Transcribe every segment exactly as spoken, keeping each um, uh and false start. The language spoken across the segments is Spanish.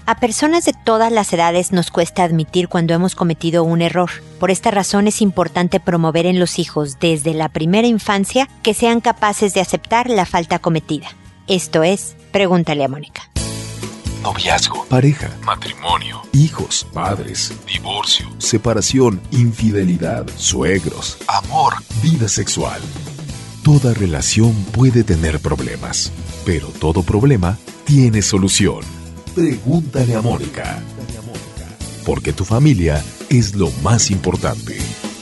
A personas de todas las edades nos cuesta admitir cuando hemos cometido un error. Por esta razón es importante promover en los hijos desde la primera infancia que sean capaces de aceptar la falta cometida. Esto es, pregúntale a Mónica. Noviazgo, pareja, matrimonio, hijos, padres, divorcio, separación, infidelidad, suegros, amor, vida sexual. Toda relación puede tener problemas, pero todo problema tiene solución. Pregúntale a Mónica. Porque tu familia es lo más importante.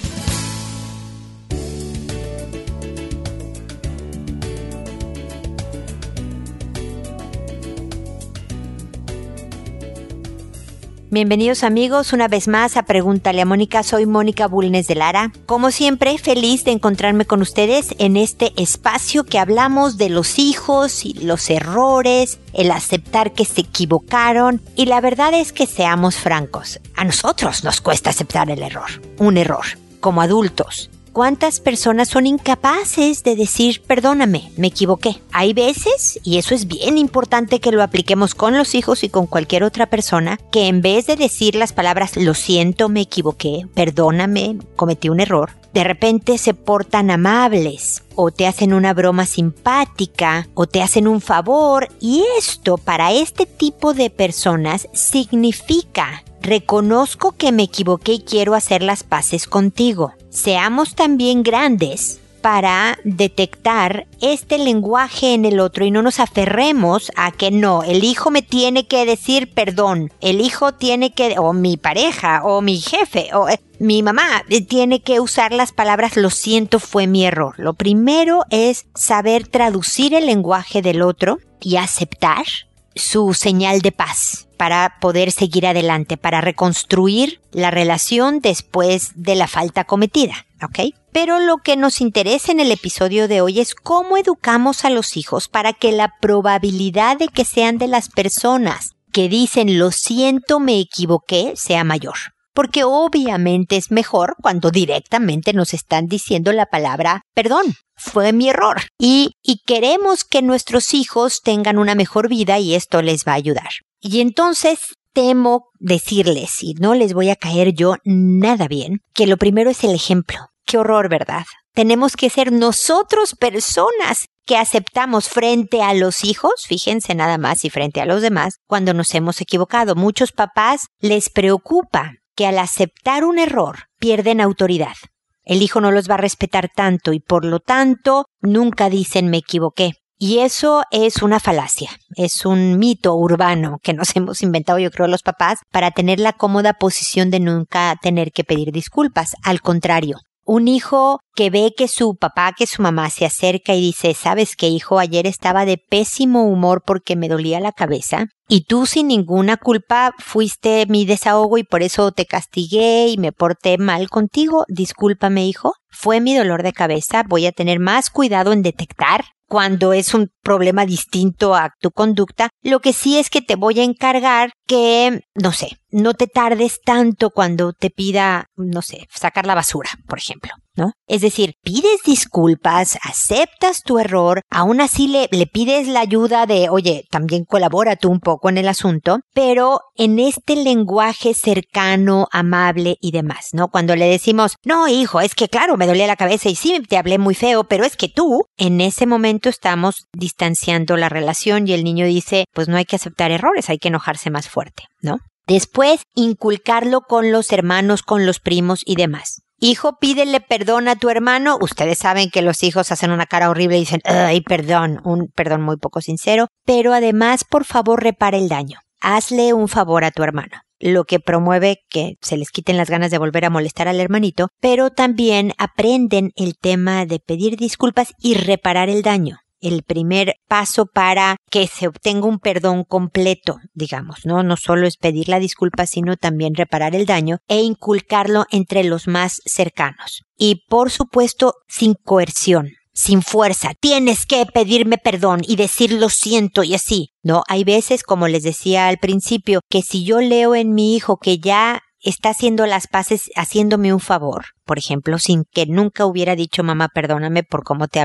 Bienvenidos amigos, una vez más a Pregúntale a Mónica. Soy Mónica Bulnes de Lara. Como siempre, feliz de encontrarme con ustedes en este espacio que hablamos de los hijos y los errores, el aceptar que se equivocaron. Y la verdad es que seamos francos, a nosotros nos cuesta aceptar el error, un error, como adultos. ¿Cuántas personas son incapaces de decir, perdóname, me equivoqué? Hay veces, y eso es bien importante que lo apliquemos con los hijos y con cualquier otra persona, que en vez de decir las palabras, lo siento, me equivoqué, perdóname, cometí un error, de repente se portan amables, o te hacen una broma simpática, o te hacen un favor, y esto para este tipo de personas significa, reconozco que me equivoqué y quiero hacer las paces contigo. Seamos también grandes para detectar este lenguaje en el otro y no nos aferremos a que no, el hijo me tiene que decir perdón, el hijo tiene que, o mi pareja, o mi jefe, o eh, mi mamá tiene que usar las palabras lo siento, fue mi error. Lo primero es saber traducir el lenguaje del otro y aceptar su señal de paz para poder seguir adelante, para reconstruir la relación después de la falta cometida, ¿ok? Pero lo que nos interesa en el episodio de hoy es cómo educamos a los hijos para que la probabilidad de que sean de las personas que dicen lo siento, me equivoqué, sea mayor. Porque obviamente es mejor cuando directamente nos están diciendo la palabra perdón, fue mi error. Y, y queremos que nuestros hijos tengan una mejor vida y esto les va a ayudar. Y entonces temo decirles, y no les voy a caer yo nada bien, que lo primero es el ejemplo. Qué horror, ¿verdad? Tenemos que ser nosotros personas que aceptamos frente a los hijos, fíjense nada más, y frente a los demás, cuando nos hemos equivocado. Muchos papás les preocupa que al aceptar un error pierden autoridad. El hijo no los va a respetar tanto y por lo tanto nunca dicen me equivoqué. Y eso es una falacia, es un mito urbano que nos hemos inventado yo creo los papás para tener la cómoda posición de nunca tener que pedir disculpas. Al contrario, un hijo que ve que su papá, que su mamá se acerca y dice, ¿sabes qué, hijo? Ayer estaba de pésimo humor porque me dolía la cabeza y tú sin ninguna culpa fuiste mi desahogo y por eso te castigué y me porté mal contigo. Discúlpame, hijo. Fue mi dolor de cabeza. Voy a tener más cuidado en detectar cuando es un problema distinto a tu conducta. Lo que sí es que te voy a encargar que, no sé, no te tardes tanto cuando te pida, no sé, sacar la basura, por ejemplo, ¿no? Es decir, pides disculpas, aceptas tu error, aún así le, le pides la ayuda de, oye, también colabora tú un poco en el asunto, pero en este lenguaje cercano, amable y demás, ¿no? Cuando le decimos, no, hijo, es que claro, me dolía la cabeza y sí, te hablé muy feo, pero es que tú, en ese momento estamos distanciando la relación y el niño dice, pues no hay que aceptar errores, hay que enojarse más fuerte, ¿no? Después, inculcarlo con los hermanos, con los primos y demás. Hijo, pídele perdón a tu hermano. Ustedes saben que los hijos hacen una cara horrible y dicen, ay, perdón, un perdón muy poco sincero. Pero además, por favor, repara el daño. Hazle un favor a tu hermano. Lo que promueve que se les quiten las ganas de volver a molestar al hermanito, pero también aprenden el tema de pedir disculpas y reparar el daño. El primer paso para que se obtenga un perdón completo, digamos, ¿no? No solo es pedir la disculpa, sino también reparar el daño e inculcarlo entre los más cercanos. Y por supuesto, sin coerción, sin fuerza. Tienes que pedirme perdón y decir lo siento y así. No, hay veces, como les decía al principio, que si yo leo en mi hijo que ya está haciendo las paces, haciéndome un favor, por ejemplo, sin que nunca hubiera dicho mamá, perdóname por cómo te hablé.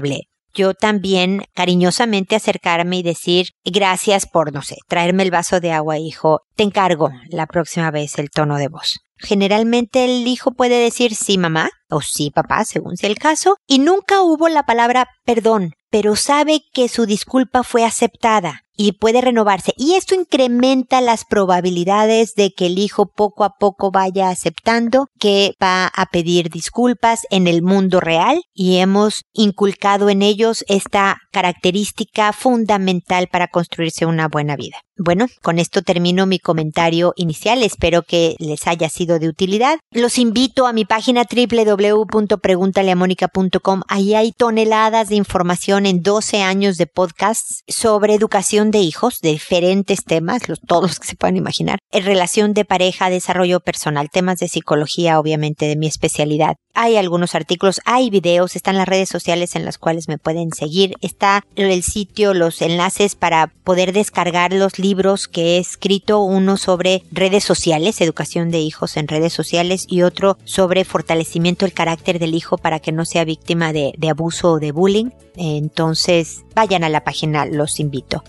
yo también cariñosamente acercarme y decir gracias por, no sé, traerme el vaso de agua, hijo, te encargo la próxima vez el tono de voz. Generalmente el hijo puede decir sí, mamá, o sí, papá, según sea el caso, y nunca hubo la palabra perdón, pero sabe que su disculpa fue aceptada y puede renovarse. Y esto incrementa las probabilidades de que el hijo poco a poco vaya aceptando que va a pedir disculpas en el mundo real, y hemos inculcado en ellos esta característica fundamental para construirse una buena vida. Bueno, con esto termino mi comentario inicial. Espero que les haya sido de utilidad. Los invito a mi página doble u doble u doble u punto preguntale a mónica punto com. Ahí hay toneladas de información en doce años de podcasts sobre educación de hijos, de diferentes temas, los, todos los que se puedan imaginar. En relación de pareja, desarrollo personal, temas de psicología, obviamente de mi especialidad. Hay algunos artículos, hay videos, están las redes sociales en las cuales me pueden seguir. Está el sitio, los enlaces para poder descargar los libros que he escrito, uno sobre redes sociales, educación de hijos en redes sociales, y otro sobre fortalecimiento del carácter del hijo para que no sea víctima de, de abuso o de bullying. Entonces, vayan a la página, los invito.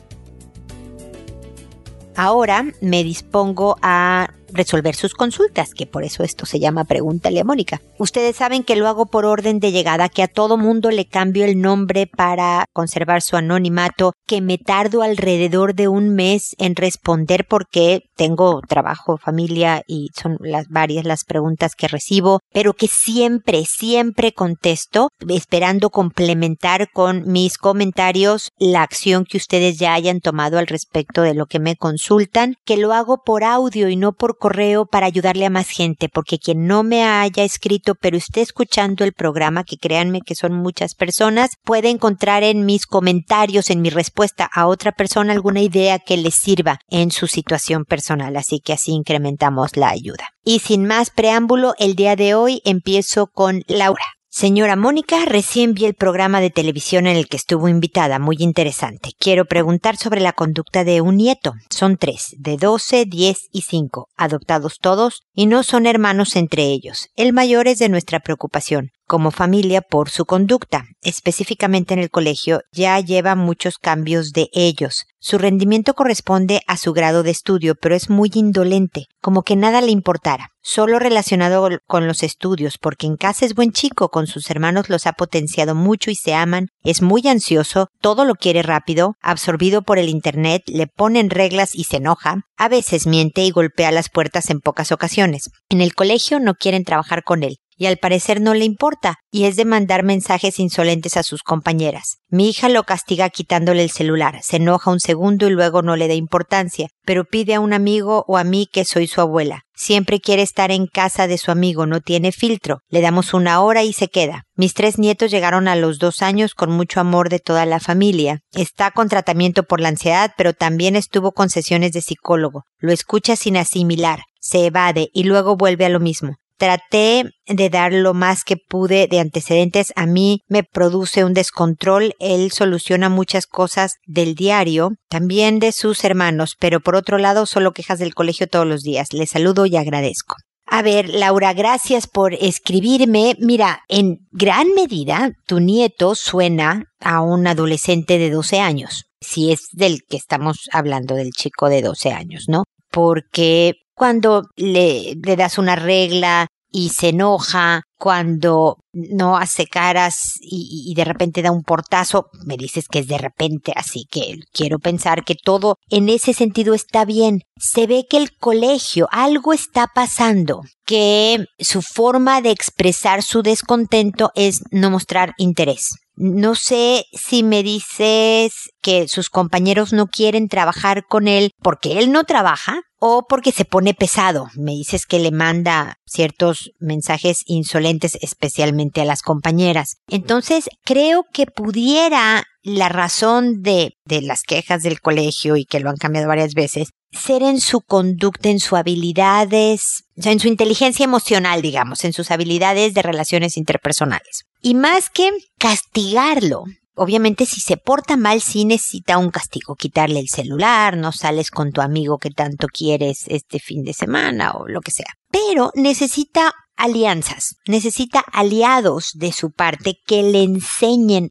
Ahora me dispongo a resolver sus consultas, que por eso esto se llama Pregúntale a Mónica. Ustedes saben que lo hago por orden de llegada, que a todo mundo le cambio el nombre para conservar su anonimato, que me tardo alrededor de un mes en responder porque tengo trabajo, familia y son las varias las preguntas que recibo, pero que siempre, siempre contesto, esperando complementar con mis comentarios la acción que ustedes ya hayan tomado al respecto de lo que me consultan, que lo hago por audio y no por correo para ayudarle a más gente, porque quien no me haya escrito pero esté escuchando el programa, que créanme que son muchas personas, puede encontrar en mis comentarios, en mi respuesta a otra persona, alguna idea que les sirva en su situación personal, así que así incrementamos la ayuda. Y sin más preámbulo, el día de hoy empiezo con Laura. Señora Mónica, recién vi el programa de televisión en el que estuvo invitada, muy interesante. Quiero preguntar sobre la conducta de un nieto. Son tres, de doce, diez y cinco, adoptados todos y no son hermanos entre ellos. El mayor es de nuestra preocupación como familia por su conducta. Específicamente en el colegio ya lleva muchos cambios de ellos. Su rendimiento corresponde a su grado de estudio, pero es muy indolente, como que nada le importara. Solo relacionado con los estudios, porque en casa es buen chico, con sus hermanos los ha potenciado mucho y se aman, es muy ansioso, todo lo quiere rápido, absorbido por el internet, le ponen reglas y se enoja, a veces miente y golpea las puertas en pocas ocasiones. En el colegio no quieren trabajar con él. Y al parecer no le importa, y es de mandar mensajes insolentes a sus compañeras. Mi hija lo castiga quitándole el celular, se enoja un segundo y luego no le da importancia, pero pide a un amigo o a mí que soy su abuela. Siempre quiere estar en casa de su amigo, no tiene filtro. Le damos una hora y se queda. Mis tres nietos llegaron a los dos años con mucho amor de toda la familia. Está con tratamiento por la ansiedad, pero también estuvo con sesiones de psicólogo. Lo escucha sin asimilar, se evade y luego vuelve a lo mismo. Traté de dar lo más que pude de antecedentes. A mí me produce un descontrol. Él soluciona muchas cosas del diario, también de sus hermanos, pero por otro lado solo quejas del colegio todos los días. Les saludo y agradezco. A ver, Laura, gracias por escribirme. Mira, en gran medida tu nieto suena a un adolescente de doce años, si es del que estamos hablando, del chico de doce años, ¿no? Porque cuando le, le das una regla y se enoja, cuando no hace caras y, y de repente da un portazo, me dices que es de repente, así que quiero pensar que todo en ese sentido está bien. Se ve que el colegio, algo está pasando, que su forma de expresar su descontento es no mostrar interés. No sé si me dices que sus compañeros no quieren trabajar con él porque él no trabaja o porque se pone pesado. Me dices que le manda ciertos mensajes insolentes, especialmente a las compañeras. Entonces, creo que pudiera la razón de, de las quejas del colegio y que lo han cambiado varias veces ser en su conducta, en sus habilidades, o sea, en su inteligencia emocional, digamos, en sus habilidades de relaciones interpersonales. Y más que castigarlo, obviamente si se porta mal sí necesita un castigo, quitarle el celular, no sales con tu amigo que tanto quieres este fin de semana o lo que sea. Pero necesita alianzas, necesita aliados de su parte que le enseñen a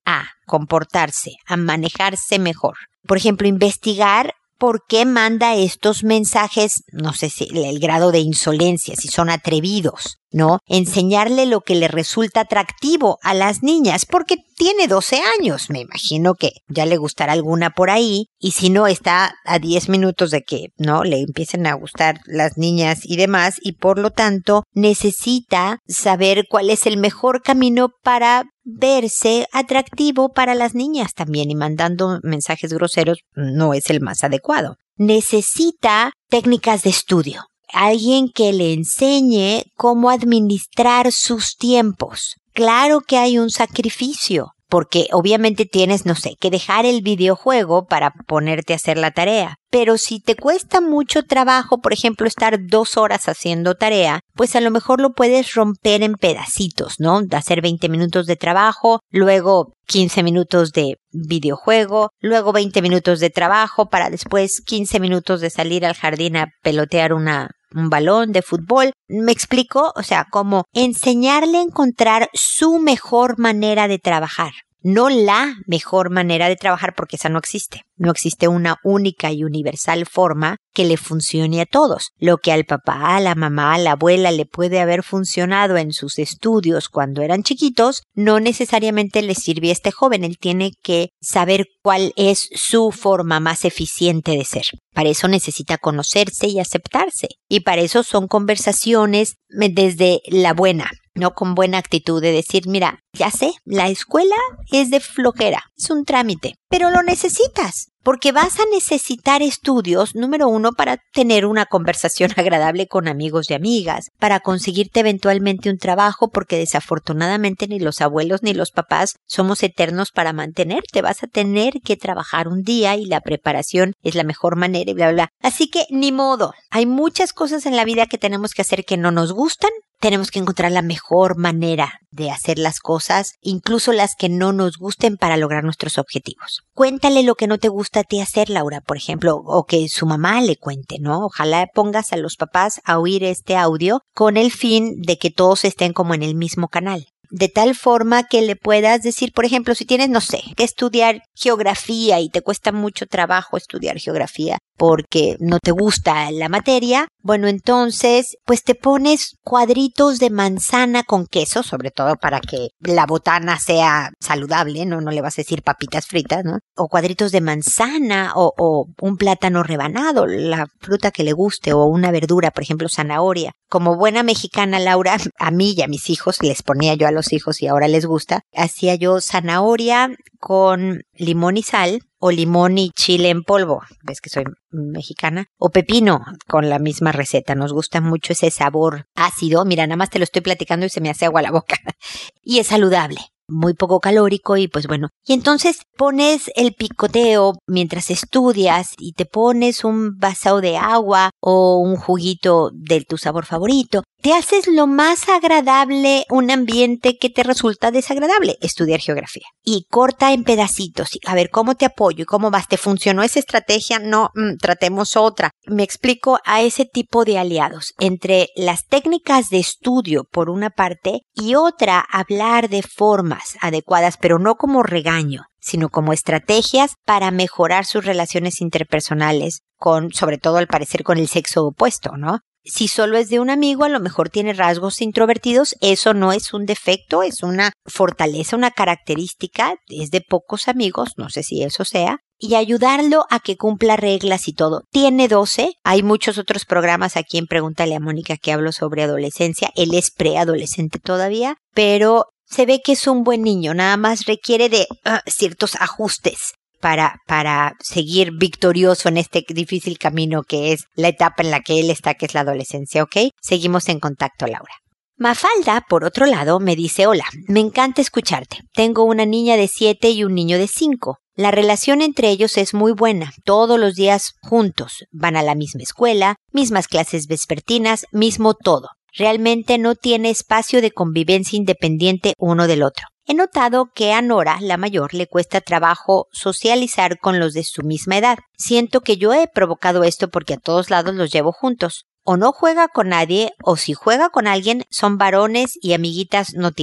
comportarse, a manejarse mejor. Por ejemplo, investigar por qué manda estos mensajes, no sé si el grado de insolencia, si son atrevidos, ¿no? Enseñarle lo que le resulta atractivo a las niñas, porque tiene doce años, me imagino que ya le gustará alguna por ahí, y si no está a diez minutos de que, ¿no?, le empiecen a gustar las niñas y demás, y por lo tanto necesita saber cuál es el mejor camino para verse atractivo para las niñas también, y mandando mensajes groseros no es el más adecuado. Necesita técnicas de estudio. Alguien que le enseñe cómo administrar sus tiempos. Claro que hay un sacrificio, porque obviamente tienes, no sé, que dejar el videojuego para ponerte a hacer la tarea. Pero si te cuesta mucho trabajo, por ejemplo, estar dos horas haciendo tarea, pues a lo mejor lo puedes romper en pedacitos, ¿no? Hacer veinte minutos de trabajo, luego quince minutos de videojuego, luego veinte minutos de trabajo para después quince minutos de salir al jardín a pelotear una un balón de fútbol. ¿Me explico? O sea, como enseñarle a encontrar su mejor manera de trabajar. No la mejor manera de trabajar, porque esa no existe. No existe una única y universal forma que le funcione a todos. Lo que al papá, a la mamá, a la abuela le puede haber funcionado en sus estudios cuando eran chiquitos, no necesariamente le sirve a este joven. Él tiene que saber cuál es su forma más eficiente de ser. Para eso necesita conocerse y aceptarse. Y para eso son conversaciones desde la buena, no con buena actitud de decir, mira, ya sé, la escuela es de flojera, es un trámite, pero lo necesitas. Porque vas a necesitar estudios, número uno, para tener una conversación agradable con amigos y amigas, para conseguirte eventualmente un trabajo, porque desafortunadamente ni los abuelos ni los papás somos eternos para mantenerte. Vas a tener que trabajar un día y la preparación es la mejor manera y bla, bla, bla. Así que ni modo. Hay muchas cosas en la vida que tenemos que hacer que no nos gustan. Tenemos que encontrar la mejor manera de hacer las cosas, incluso las que no nos gusten, para lograr nuestros objetivos. Cuéntale lo que no te gusta a ti hacer, Laura, por ejemplo, o que su mamá le cuente, ¿no? Ojalá pongas a los papás a oír este audio con el fin de que todos estén como en el mismo canal. De tal forma que le puedas decir, por ejemplo, si tienes, no sé, que estudiar geografía y te cuesta mucho trabajo estudiar geografía porque no te gusta la materia, bueno, entonces, pues te pones cuadritos de manzana con queso, sobre todo para que la botana sea saludable, ¿no? No le vas a decir papitas fritas, ¿no? O cuadritos de manzana o, o un plátano rebanado, la fruta que le guste, o una verdura, por ejemplo, zanahoria. Como buena mexicana, Laura, a mí y a mis hijos, les ponía yo a los hijos y ahora les gusta, hacía yo zanahoria con limón y sal, o limón y chile en polvo, ves que soy mexicana, o pepino con la misma receta. Nos gusta mucho ese sabor ácido. Mira, nada más te lo estoy platicando y se me hace agua la boca. Y es saludable, muy poco calórico y pues bueno. Y entonces pones el picoteo mientras estudias y te pones un vaso de agua o un juguito de tu sabor favorito. Te haces lo más agradable un ambiente que te resulta desagradable, estudiar geografía. Y corta en pedacitos. A ver, ¿cómo te apoyo? ¿Y cómo vas? ¿Te funcionó esa estrategia? No, mm, tratemos otra. Me explico, a ese tipo de aliados. Entre las técnicas de estudio, por una parte, y otra, hablar de formas adecuadas, pero no como regaño, sino como estrategias para mejorar sus relaciones interpersonales con, sobre todo al parecer, con el sexo opuesto, ¿no? Si solo es de un amigo, a lo mejor tiene rasgos introvertidos. Eso no es un defecto, es una fortaleza, una característica. Es de pocos amigos, no sé si eso sea. Y ayudarlo a que cumpla reglas y todo. Tiene doce. Hay muchos otros programas aquí en Pregúntale a Mónica que hablo sobre adolescencia. Él es preadolescente todavía, pero se ve que es un buen niño. Nada más requiere de uh, ciertos ajustes para para seguir victorioso en este difícil camino que es la etapa en la que él está, que es la adolescencia, ¿ok? Seguimos en contacto, Laura. Mafalda, por otro lado, me dice, hola, me encanta escucharte. Tengo una niña de siete y un niño de cinco. La relación entre ellos es muy buena. Todos los días juntos. Van a la misma escuela, mismas clases vespertinas, mismo todo. Realmente no tiene espacio de convivencia independiente uno del otro. He notado que a Nora, la mayor, le cuesta trabajo socializar con los de su misma edad. Siento que yo he provocado esto porque a todos lados los llevo juntos. O no juega con nadie, o si juega con alguien, son varones y amiguitas no tiene.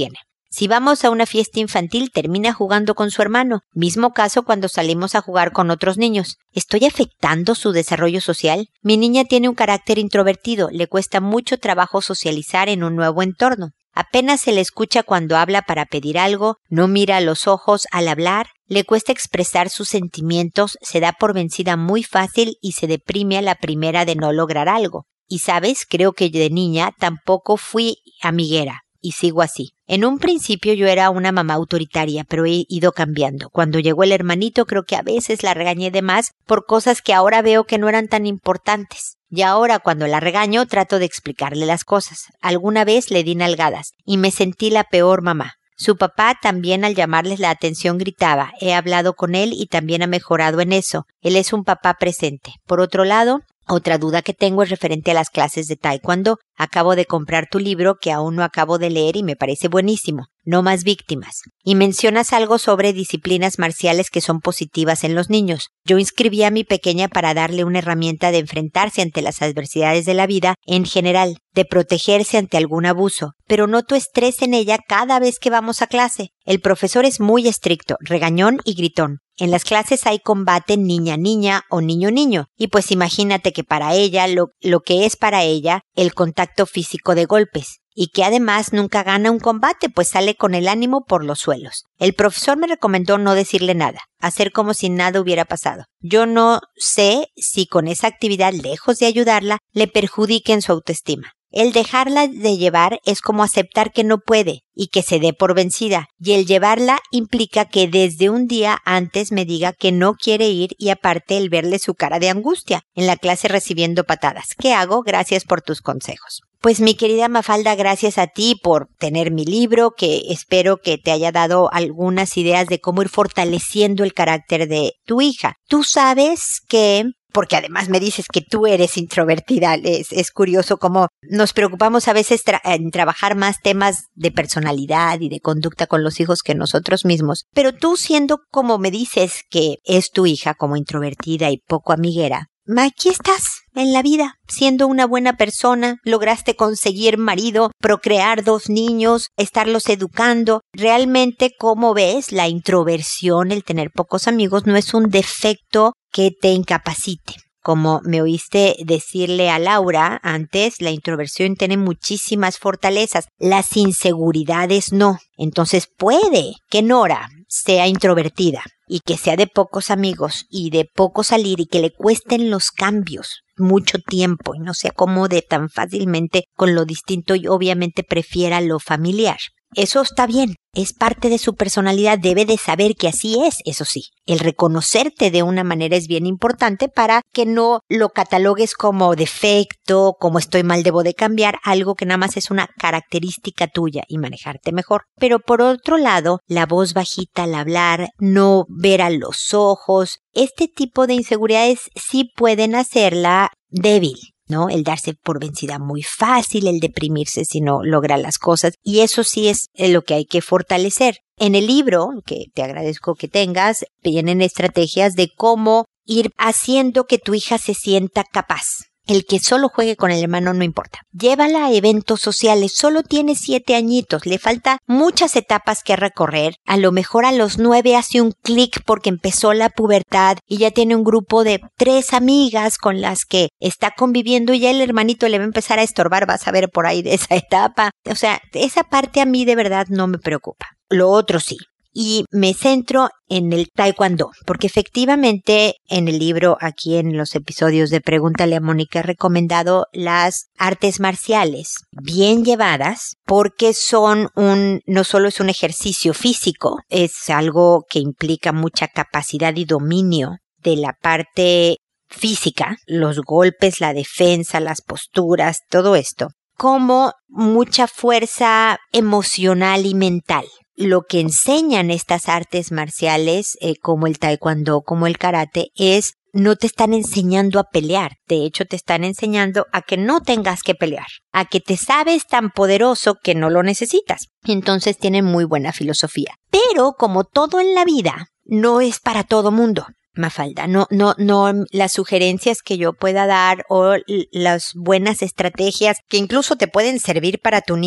Si vamos a una fiesta infantil, termina jugando con su hermano. Mismo caso cuando salimos a jugar con otros niños. ¿Estoy afectando su desarrollo social? Mi niña tiene un carácter introvertido. Le cuesta mucho trabajo socializar en un nuevo entorno. Apenas se le escucha cuando habla para pedir algo, no mira a los ojos al hablar, le cuesta expresar sus sentimientos, se da por vencida muy fácil y se deprime a la primera de no lograr algo. Y sabes, creo que de niña tampoco fui amiguera. Y sigo así. En un principio yo era una mamá autoritaria, pero he ido cambiando. Cuando llegó el hermanito creo que a veces la regañé de más por cosas que ahora veo que no eran tan importantes. Y ahora cuando la regaño trato de explicarle las cosas. Alguna vez le di nalgadas y me sentí la peor mamá. Su papá también al llamarles la atención gritaba. He hablado con él y también ha mejorado en eso. Él es un papá presente. Por otro lado, otra duda que tengo es referente a las clases de taekwondo. Acabo de comprar tu libro que aún no acabo de leer y me parece buenísimo. No más víctimas. Y mencionas algo sobre disciplinas marciales que son positivas en los niños. Yo inscribí a mi pequeña para darle una herramienta de enfrentarse ante las adversidades de la vida en general, de protegerse ante algún abuso, pero noto estrés en ella cada vez que vamos a clase. El profesor es muy estricto, regañón y gritón. En las clases hay combate niña-niña o niño-niño, y pues imagínate que para ella, lo, lo que es para ella, el contacto físico de golpes, y que además nunca gana un combate, pues sale con el ánimo por los suelos. El profesor me recomendó no decirle nada, hacer como si nada hubiera pasado. Yo no sé si con esa actividad, lejos de ayudarla, le perjudique en su autoestima. El dejarla de llevar es como aceptar que no puede y que se dé por vencida, y el llevarla implica que desde un día antes me diga que no quiere ir y aparte el verle su cara de angustia en la clase recibiendo patadas. ¿Qué hago? Gracias por tus consejos. Pues mi querida Mafalda, gracias a ti por tener mi libro, que espero que te haya dado algunas ideas de cómo ir fortaleciendo el carácter de tu hija. Tú sabes que... porque además me dices que tú eres introvertida. Es, es curioso cómo nos preocupamos a veces tra- en trabajar más temas de personalidad y de conducta con los hijos que nosotros mismos. Pero tú, siendo como me dices que es tu hija, como introvertida y poco amiguera, aquí estás en la vida, siendo una buena persona, lograste conseguir marido, procrear dos niños, estarlos educando. Realmente, ¿cómo ves? La introversión, el tener pocos amigos, no es un defecto que te incapacite. Como me oíste decirle a Laura antes, la introversión tiene muchísimas fortalezas, las inseguridades no. Entonces puede que Nora sea introvertida y que sea de pocos amigos y de poco salir y que le cuesten los cambios mucho tiempo y no se acomode tan fácilmente con lo distinto y obviamente prefiera lo familiar. Eso está bien, es parte de su personalidad, debe de saber que así es, eso sí. El reconocerte de una manera es bien importante para que no lo catalogues como defecto, como estoy mal, debo de cambiar, algo que nada más es una característica tuya y manejarte mejor. Pero por otro lado, la voz bajita al hablar, no ver a los ojos, este tipo de inseguridades sí pueden hacerla débil, ¿no? El darse por vencida muy fácil, el deprimirse si no logra las cosas, y eso sí es lo que hay que fortalecer. En el libro, que te agradezco que tengas, vienen estrategias de cómo ir haciendo que tu hija se sienta capaz. El que solo juegue con el hermano no importa. Llévala a eventos sociales. Solo tiene siete añitos. Le falta muchas etapas que recorrer. A lo mejor a los nueve hace un clic porque empezó la pubertad y ya tiene un grupo de tres amigas con las que está conviviendo y ya el hermanito le va a empezar a estorbar. Vas a ver por ahí de esa etapa. O sea, esa parte a mí de verdad no me preocupa. Lo otro sí. Y me centro en el taekwondo, porque efectivamente en el libro, aquí en los episodios de Pregúntale a Mónica, he recomendado las artes marciales bien llevadas, porque son un, no solo es un ejercicio físico, es algo que implica mucha capacidad y dominio de la parte física, los golpes, la defensa, las posturas, todo esto, como mucha fuerza emocional y mental. Lo que enseñan estas artes marciales, eh, como el taekwondo, como el karate, es no te están enseñando a pelear. De hecho, te están enseñando a que no tengas que pelear, a que te sabes tan poderoso que no lo necesitas. Entonces tienen muy buena filosofía. Pero, como todo en la vida, no es para todo mundo. Mafalda, no, no, no, las sugerencias que yo pueda dar o las buenas estrategias que incluso te pueden servir para tu niño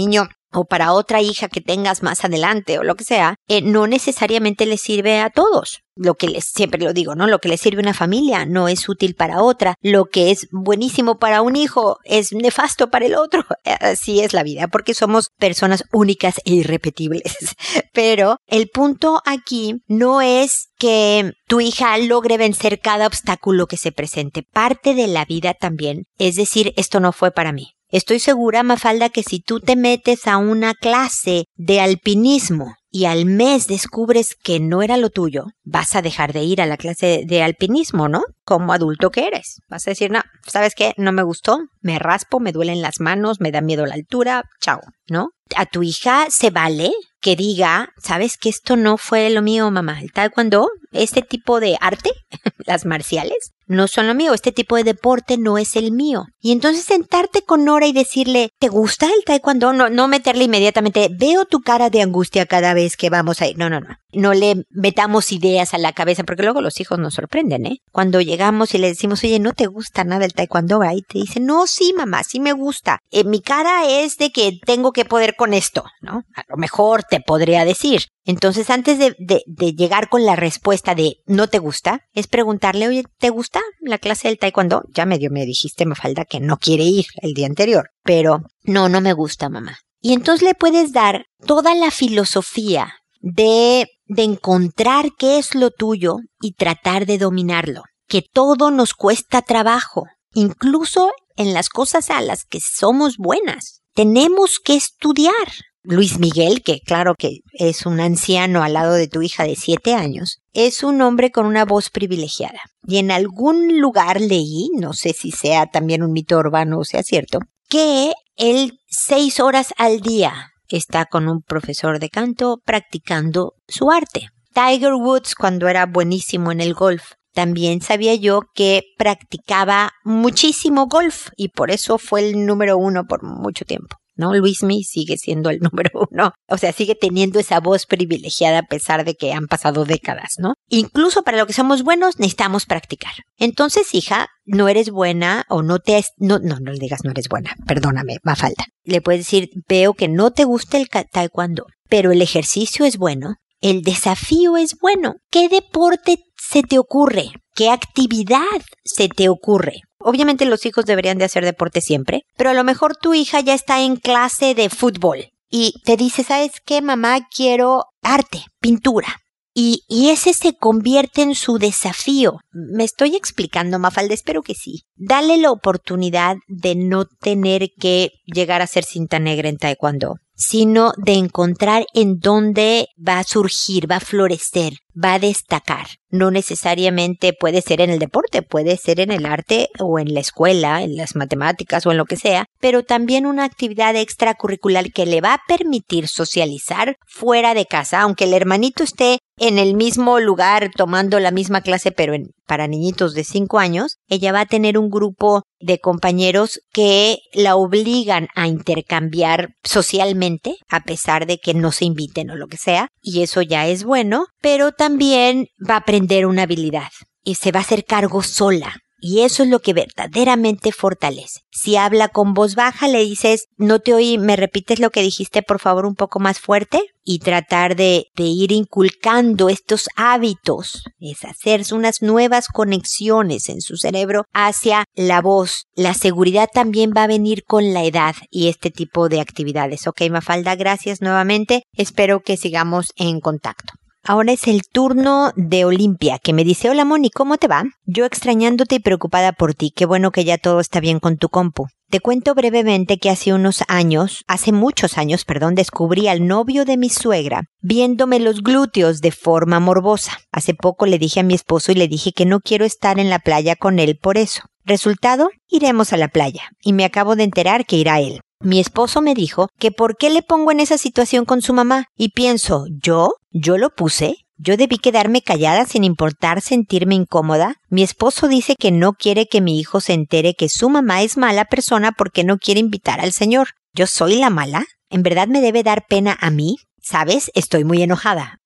o para otra hija que tengas más adelante o lo que sea, eh, no necesariamente le sirve a todos. Lo que les, siempre lo digo, ¿no? Lo que le sirve a una familia no es útil para otra. Lo que es buenísimo para un hijo es nefasto para el otro. Así es la vida, porque somos personas únicas e irrepetibles. Pero el punto aquí no es que tu hija logre vencer cada obstáculo que se presente. Parte de la vida también es decir, esto no fue para mí. Estoy segura, Mafalda, que si tú te metes a una clase de alpinismo y al mes descubres que no era lo tuyo, vas a dejar de ir a la clase de alpinismo, ¿no? Como adulto que eres. Vas a decir, no, ¿sabes qué? No me gustó, me raspo, me duelen las manos, me da miedo la altura, chao, ¿no? A tu hija se vale que diga, ¿sabes que esto no fue lo mío, mamá? El taekwondo, este tipo de arte, las marciales, no son lo mío, este tipo de deporte no es el mío. Y entonces sentarte con Nora y decirle, ¿te gusta el taekwondo? No, no meterle inmediatamente, veo tu cara de angustia cada vez que vamos a ir. No, no, no. No le metamos ideas a la cabeza, porque luego los hijos nos sorprenden, ¿eh? Cuando llegamos y le decimos, oye, ¿no te gusta nada el taekwondo? Ahí te dice, no, sí, mamá, sí me gusta. Eh, mi cara es de que tengo que poder con esto, ¿no? A lo mejor te podría decir. Entonces, antes de, de, de llegar con la respuesta de no te gusta, es preguntarle, oye, ¿te gusta la clase del taekwondo? Ya medio me dijiste, Mafalda, que no quiere ir el día anterior, pero no, no me gusta, mamá. Y entonces le puedes dar toda la filosofía de, de encontrar qué es lo tuyo y tratar de dominarlo. Que todo nos cuesta trabajo, incluso en las cosas a las que somos buenas. Tenemos que estudiar. Luis Miguel, que claro que es un anciano al lado de tu hija de siete años, es un hombre con una voz privilegiada. Y en algún lugar leí, no sé si sea también un mito urbano o sea cierto, que él seis horas al día está con un profesor de canto practicando su arte. Tiger Woods, cuando era buenísimo en el golf, también sabía yo que practicaba muchísimo golf y por eso fue el número uno por mucho tiempo. ¿No? Luismi sigue siendo el número uno. O sea, sigue teniendo esa voz privilegiada a pesar de que han pasado décadas, ¿no? Incluso para lo que somos buenos, necesitamos practicar. Entonces, hija, no eres buena o no te... No, no, no le digas no eres buena. Perdóname, Mafalda. Le puedes decir, veo que no te gusta el taekwondo, pero el ejercicio es bueno. El desafío es bueno. ¿Qué deporte se te ocurre? ¿Qué actividad se te ocurre? Obviamente los hijos deberían de hacer deporte siempre, pero a lo mejor tu hija ya está en clase de fútbol y te dice, ¿sabes qué, mamá? Quiero arte, pintura. Y, y ese se convierte en su desafío. ¿Me estoy explicando, Mafalda? Espero que sí. Dale la oportunidad de no tener que llegar a ser cinta negra en taekwondo, sino de encontrar en dónde va a surgir, va a florecer, va a destacar. No necesariamente puede ser en el deporte, puede ser en el arte o en la escuela, en las matemáticas o en lo que sea, pero también una actividad extracurricular que le va a permitir socializar fuera de casa, aunque el hermanito esté en el mismo lugar tomando la misma clase, pero en, para niñitos de cinco años, ella va a tener un grupo de compañeros que la obligan a intercambiar socialmente, a pesar de que no se inviten o lo que sea, y eso ya es bueno, pero también va a aprender una habilidad y se va a hacer cargo sola. Y eso es lo que verdaderamente fortalece. Si habla con voz baja, le dices, no te oí, ¿me repites lo que dijiste, por favor, un poco más fuerte? Y tratar de, de ir inculcando estos hábitos, es hacer unas nuevas conexiones en su cerebro hacia la voz. La seguridad también va a venir con la edad y este tipo de actividades. Ok, Mafalda, gracias nuevamente. Espero que sigamos en contacto. Ahora es el turno de Olimpia, que me dice, hola Moni, ¿cómo te va? Yo extrañándote y preocupada por ti, qué bueno que ya todo está bien con tu compu. Te cuento brevemente que hace unos años, hace muchos años, perdón, descubrí al novio de mi suegra viéndome los glúteos de forma morbosa. Hace poco le dije a mi esposo y le dije que no quiero estar en la playa con él por eso. Resultado, iremos a la playa y me acabo de enterar que irá él. Mi esposo me dijo que por qué le pongo en esa situación con su mamá y pienso, ¿yo? ¿Yo lo puse? ¿Yo debí quedarme callada sin importar sentirme incómoda? Mi esposo dice que no quiere que mi hijo se entere que su mamá es mala persona porque no quiere invitar al señor. ¿Yo soy la mala? ¿En verdad me debe dar pena a mí? ¿Sabes? Estoy muy enojada.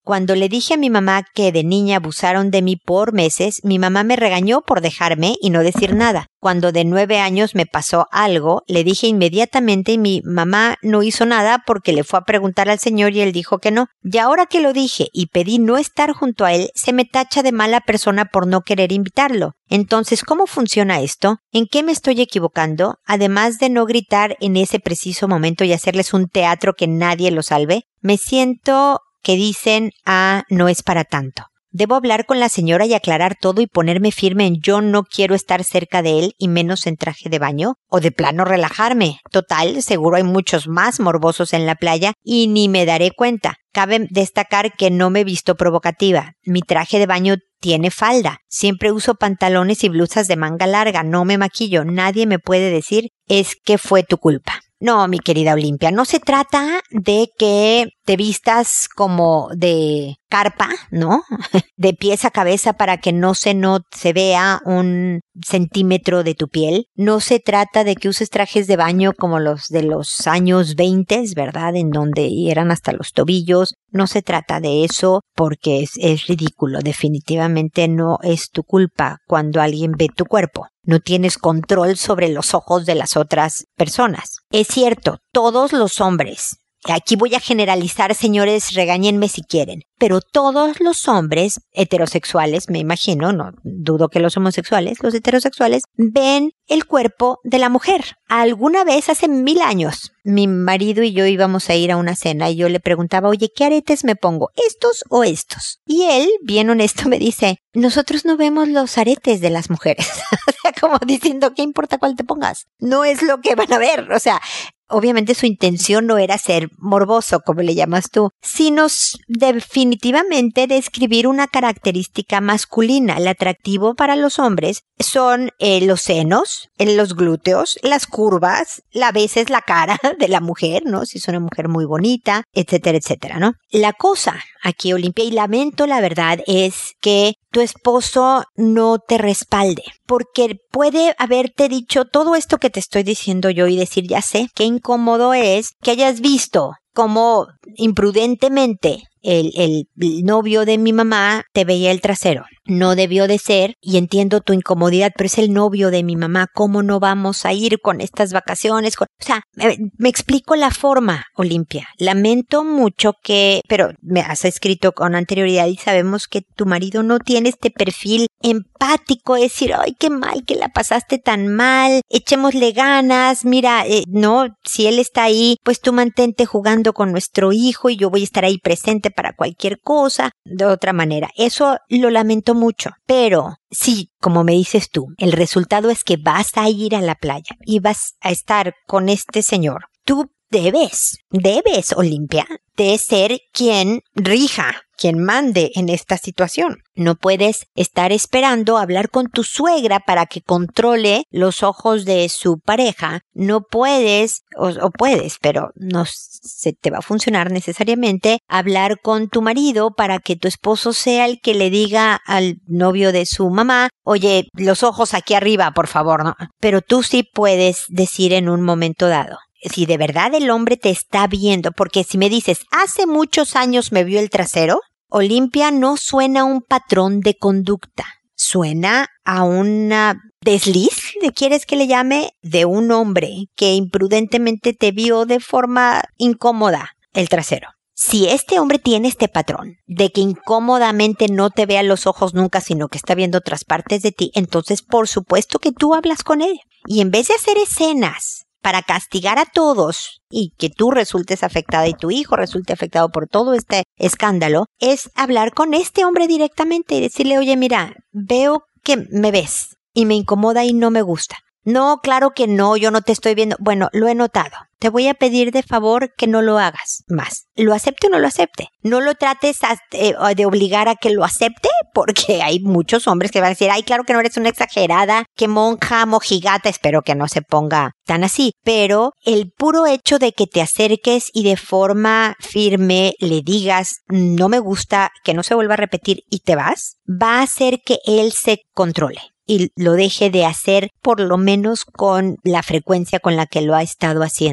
Cuando le dije a mi mamá que de niña abusaron de mí por meses, mi mamá me regañó por dejarme y no decir nada. Cuando de nueve años me pasó algo, le dije inmediatamente y mi mamá no hizo nada porque le fue a preguntar al señor y él dijo que no. Y ahora que lo dije y pedí no estar junto a él, se me tacha de mala persona por no querer invitarlo. Entonces, ¿cómo funciona esto? ¿En qué me estoy equivocando? Además de no gritar en ese preciso momento y hacerles un teatro que nadie lo salve, me siento que dicen, ah, no es para tanto. Debo hablar con la señora y aclarar todo y ponerme firme en yo no quiero estar cerca de él y menos en traje de baño, o de plano relajarme. Total, seguro hay muchos más morbosos en la playa y ni me daré cuenta. Cabe destacar que no me he visto provocativa. Mi traje de baño tiene falda. Siempre uso pantalones y blusas de manga larga. No me maquillo. Nadie me puede decir es que fue tu culpa. No, mi querida Olimpia, no se trata de que te vistas como de carpa, ¿no? De pies a cabeza para que no se no se vea un centímetro de tu piel. No se trata de que uses trajes de baño como los de los años veinte, ¿verdad? En donde eran hasta los tobillos. No se trata de eso porque es, es ridículo. Definitivamente no es tu culpa cuando alguien ve tu cuerpo. No tienes control sobre los ojos de las otras personas. Es cierto, todos los hombres, aquí voy a generalizar, señores, regáñenme si quieren, pero todos los hombres heterosexuales, me imagino, no dudo que los homosexuales, los heterosexuales, ven el cuerpo de la mujer. Alguna vez hace mil años, mi marido y yo íbamos a ir a una cena y yo le preguntaba, oye, ¿qué aretes me pongo? ¿Estos o estos? Y él, bien honesto, me dice, nosotros no vemos los aretes de las mujeres. O sea, como diciendo, ¿qué importa cuál te pongas? No es lo que van a ver, o sea... Obviamente su intención no era ser morboso, como le llamas tú, sino definitivamente describir una característica masculina. El atractivo para los hombres son eh, los senos, eh, los glúteos, las curvas, a veces la cara de la mujer, ¿no? Si es una mujer muy bonita, etcétera, etcétera, ¿no? La cosa aquí, Olimpia, y lamento la verdad, es que tu esposo no te respalde, porque puede haberte dicho todo esto que te estoy diciendo yo y decir, ya sé, qué incómodo es que hayas visto cómo imprudentemente el, el novio de mi mamá te veía el trasero. No debió de ser, y entiendo tu incomodidad, pero es el novio de mi mamá. ¿Cómo no vamos a ir con estas vacaciones? Con... O sea, me, me explico la forma, Olimpia. Lamento mucho que, pero me has escrito con anterioridad y sabemos que tu marido no tiene este perfil empático, es decir, ay, qué mal que la pasaste tan mal, echémosle ganas, mira, eh, no, si él está ahí, pues tú mantente jugando con nuestro hijo y yo voy a estar ahí presente para cualquier cosa, de otra manera. Eso lo lamento mucho, pero sí, como me dices tú, el resultado es que vas a ir a la playa y vas a estar con este señor. Tú debes, debes, Olimpia, de ser quien rija, quien mande en esta situación. No puedes estar esperando hablar con tu suegra para que controle los ojos de su pareja. No puedes, o, o puedes, pero no se te va a funcionar necesariamente hablar con tu marido para que tu esposo sea el que le diga al novio de su mamá, oye, los ojos aquí arriba, por favor, ¿no? Pero tú sí puedes decir en un momento dado, si de verdad el hombre te está viendo, porque si me dices, hace muchos años me vio el trasero, Olimpia, no suena a un patrón de conducta, suena a una desliz, ¿le quieres que le llame? De un hombre que imprudentemente te vio de forma incómoda el trasero. Si este hombre tiene este patrón de que incómodamente no te vea los ojos nunca, sino que está viendo otras partes de ti, entonces por supuesto que tú hablas con él. Y en vez de hacer escenas para castigar a todos y que tú resultes afectada y tu hijo resulte afectado por todo este escándalo, es hablar con este hombre directamente y decirle, oye, mira, veo que me ves y me incomoda y no me gusta. No, claro que no, yo no te estoy viendo. Bueno, lo he notado. Te voy a pedir de favor que no lo hagas más. Lo acepte o no lo acepte. No lo trates a, eh, de obligar a que lo acepte, porque hay muchos hombres que van a decir, ay, claro que no eres una exagerada, que monja, mojigata. Espero que no se ponga tan así. Pero el puro hecho de que te acerques y de forma firme le digas, no me gusta, que no se vuelva a repetir y te vas, va a hacer que él se controle y lo deje de hacer por lo menos con la frecuencia con la que lo ha estado haciendo.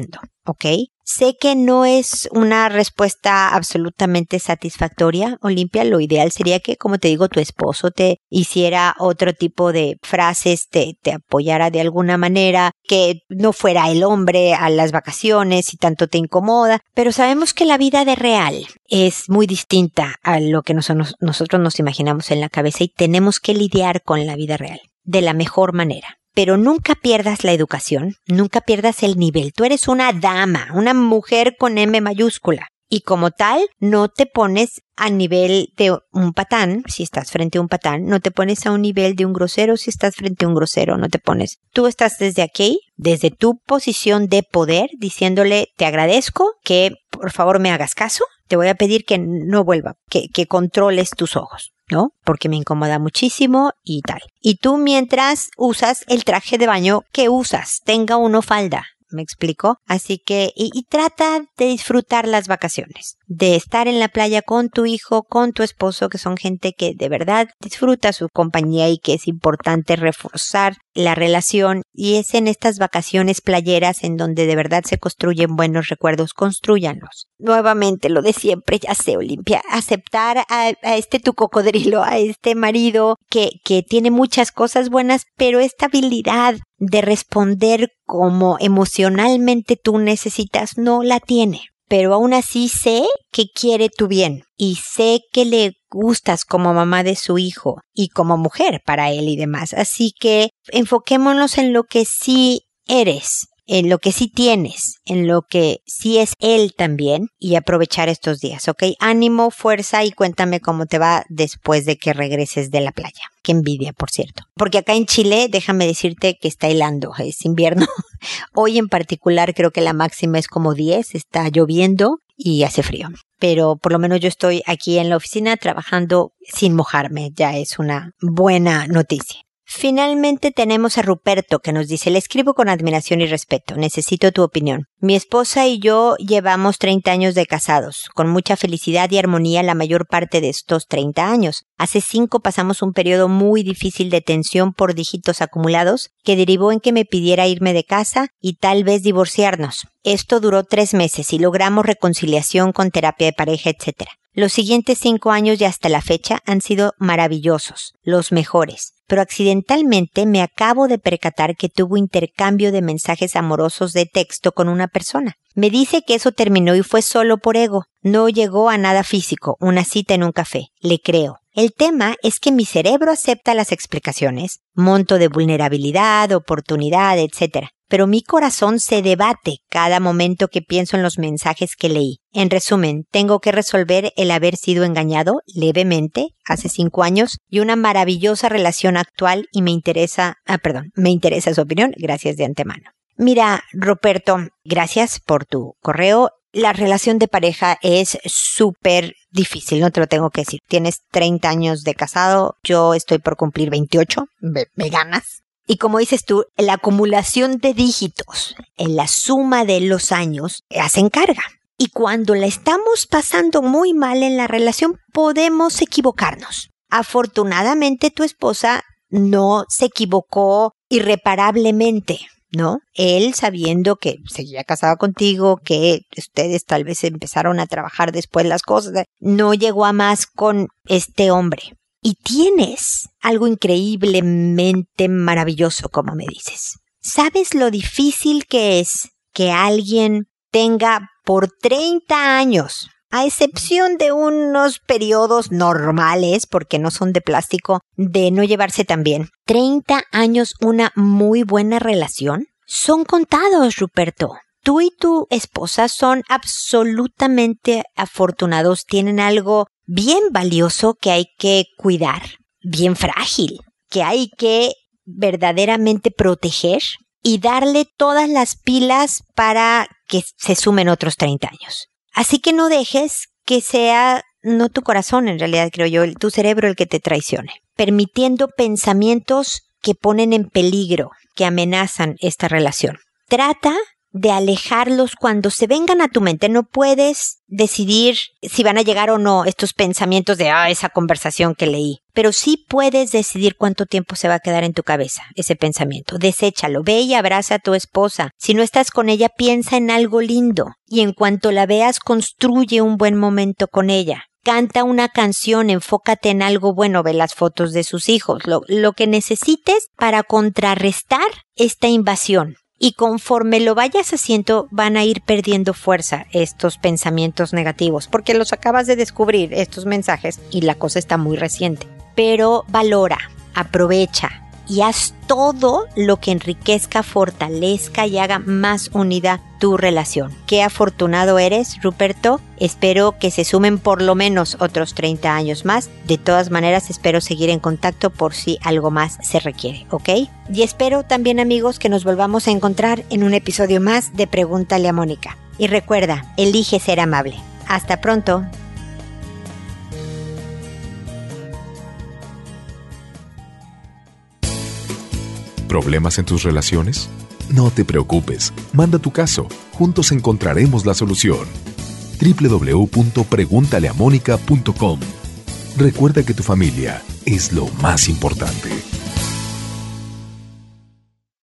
¿ok? Sé que no es una respuesta absolutamente satisfactoria, Olimpia. Lo ideal sería que, como te digo, tu esposo te hiciera otro tipo de frases, te, te apoyara de alguna manera, que no fuera el hombre a las vacaciones y tanto te incomoda. Pero sabemos que la vida de real es muy distinta a lo que nosotros, nosotros nos imaginamos en la cabeza y tenemos que lidiar con la vida real de la mejor manera. Pero nunca pierdas la educación, nunca pierdas el nivel. Tú eres una dama, una mujer con M mayúscula. Y como tal, no te pones a nivel de un patán, si estás frente a un patán. No te pones a un nivel de un grosero si estás frente a un grosero. No te pones. Tú estás desde aquí, desde tu posición de poder, diciéndole, te agradezco que por favor me hagas caso. Te voy a pedir que no vuelva, que, que controles tus ojos, ¿no? Porque me incomoda muchísimo y tal. Y tú mientras usas el traje de baño que usas, tenga uno falda. ¿Me explico? Así que, y, y trata de disfrutar las vacaciones, de estar en la playa con tu hijo, con tu esposo, que son gente que de verdad disfruta su compañía y que es importante reforzar la relación. Y es en estas vacaciones playeras en donde de verdad se construyen buenos recuerdos, construyanlos. Nuevamente, lo de siempre, ya sé, Olimpia, aceptar a, a este tu cocodrilo, a este marido que, que tiene muchas cosas buenas, pero esta habilidad de responder como emocionalmente tú necesitas no la tiene. Pero aún así sé que quiere tu bien y sé que le gustas como mamá de su hijo y como mujer para él y demás. Así que enfoquémonos en lo que sí eres, en lo que sí tienes, en lo que sí es él también y aprovechar estos días, ¿ok? Ánimo, fuerza y cuéntame cómo te va después de que regreses de la playa. Qué envidia, por cierto. Porque acá en Chile, déjame decirte que está helando, es invierno. Hoy en particular creo que la máxima es como diez, está lloviendo y hace frío. Pero por lo menos yo estoy aquí en la oficina trabajando sin mojarme, ya es una buena noticia. Finalmente tenemos a Ruperto que nos dice, le escribo con admiración y respeto, necesito tu opinión. Mi esposa y yo llevamos treinta años de casados, con mucha felicidad y armonía la mayor parte de estos treinta años. Hace cinco pasamos un periodo muy difícil de tensión por dígitos acumulados que derivó en que me pidiera irme de casa y tal vez divorciarnos. Esto duró tres meses y logramos reconciliación con terapia de pareja, etcétera. Los siguientes cinco años y hasta la fecha han sido maravillosos, los mejores. Pero accidentalmente me acabo de percatar que tuvo intercambio de mensajes amorosos de texto con una persona. Me dice que eso terminó y fue solo por ego. No llegó a nada físico, una cita en un café. Le creo. El tema es que mi cerebro acepta las explicaciones, monto de vulnerabilidad, oportunidad, etcétera. Pero mi corazón se debate cada momento que pienso en los mensajes que leí. En resumen, tengo que resolver el haber sido engañado levemente hace cinco años y una maravillosa relación actual y me interesa, ah, perdón, me interesa su opinión. Gracias de antemano. Mira, Ruperto, gracias por tu correo. La relación de pareja es súper difícil, no te lo tengo que decir. Tienes treinta años de casado, yo estoy por cumplir veintiocho, me, me ganas. Y como dices tú, la acumulación de dígitos en la suma de los años hacen carga. Y cuando la estamos pasando muy mal en la relación, podemos equivocarnos. Afortunadamente, tu esposa no se equivocó irreparablemente, ¿no? Él, sabiendo que seguía casado contigo, que ustedes tal vez empezaron a trabajar después las cosas, no llegó a más con este hombre. Y tienes algo increíblemente maravilloso, como me dices. ¿Sabes lo difícil que es que alguien tenga por treinta años, a excepción de unos periodos normales, porque no son de plástico, de no llevarse tan bien, treinta años una muy buena relación? Son contados, Ruperto. Tú y tu esposa son absolutamente afortunados, tienen algo bien valioso que hay que cuidar, bien frágil, que hay que verdaderamente proteger y darle todas las pilas para que se sumen otros treinta años. Así que no dejes que sea, no tu corazón en realidad creo yo, tu cerebro el que te traicione, permitiendo pensamientos que ponen en peligro, que amenazan esta relación. Trata de alejarlos cuando se vengan a tu mente. No puedes decidir si van a llegar o no estos pensamientos de ah, esa conversación que leí. Pero sí puedes decidir cuánto tiempo se va a quedar en tu cabeza ese pensamiento. Deséchalo, ve y abraza a tu esposa. Si no estás con ella, piensa en algo lindo. Y en cuanto la veas, construye un buen momento con ella. Canta una canción, enfócate en algo bueno, ve las fotos de sus hijos, lo, lo que necesites para contrarrestar esta invasión. Y conforme lo vayas haciendo, van a ir perdiendo fuerza estos pensamientos negativos, porque los acabas de descubrir, estos mensajes, y la cosa está muy reciente. Pero valora, aprovecha y haz todo lo que enriquezca, fortalezca y haga más unida tu relación. Qué afortunado eres, Ruperto. Espero que se sumen por lo menos otros treinta años más. De todas maneras, espero seguir en contacto por si algo más se requiere, ¿ok? Y espero también, amigos, que nos volvamos a encontrar en un episodio más de Pregúntale a Mónica. Y recuerda, elige ser amable. Hasta pronto. ¿Problemas en tus relaciones? No te preocupes, manda tu caso, juntos encontraremos la solución. doble u doble u doble u punto pregúntale a mónica punto com. Recuerda que tu familia es lo más importante.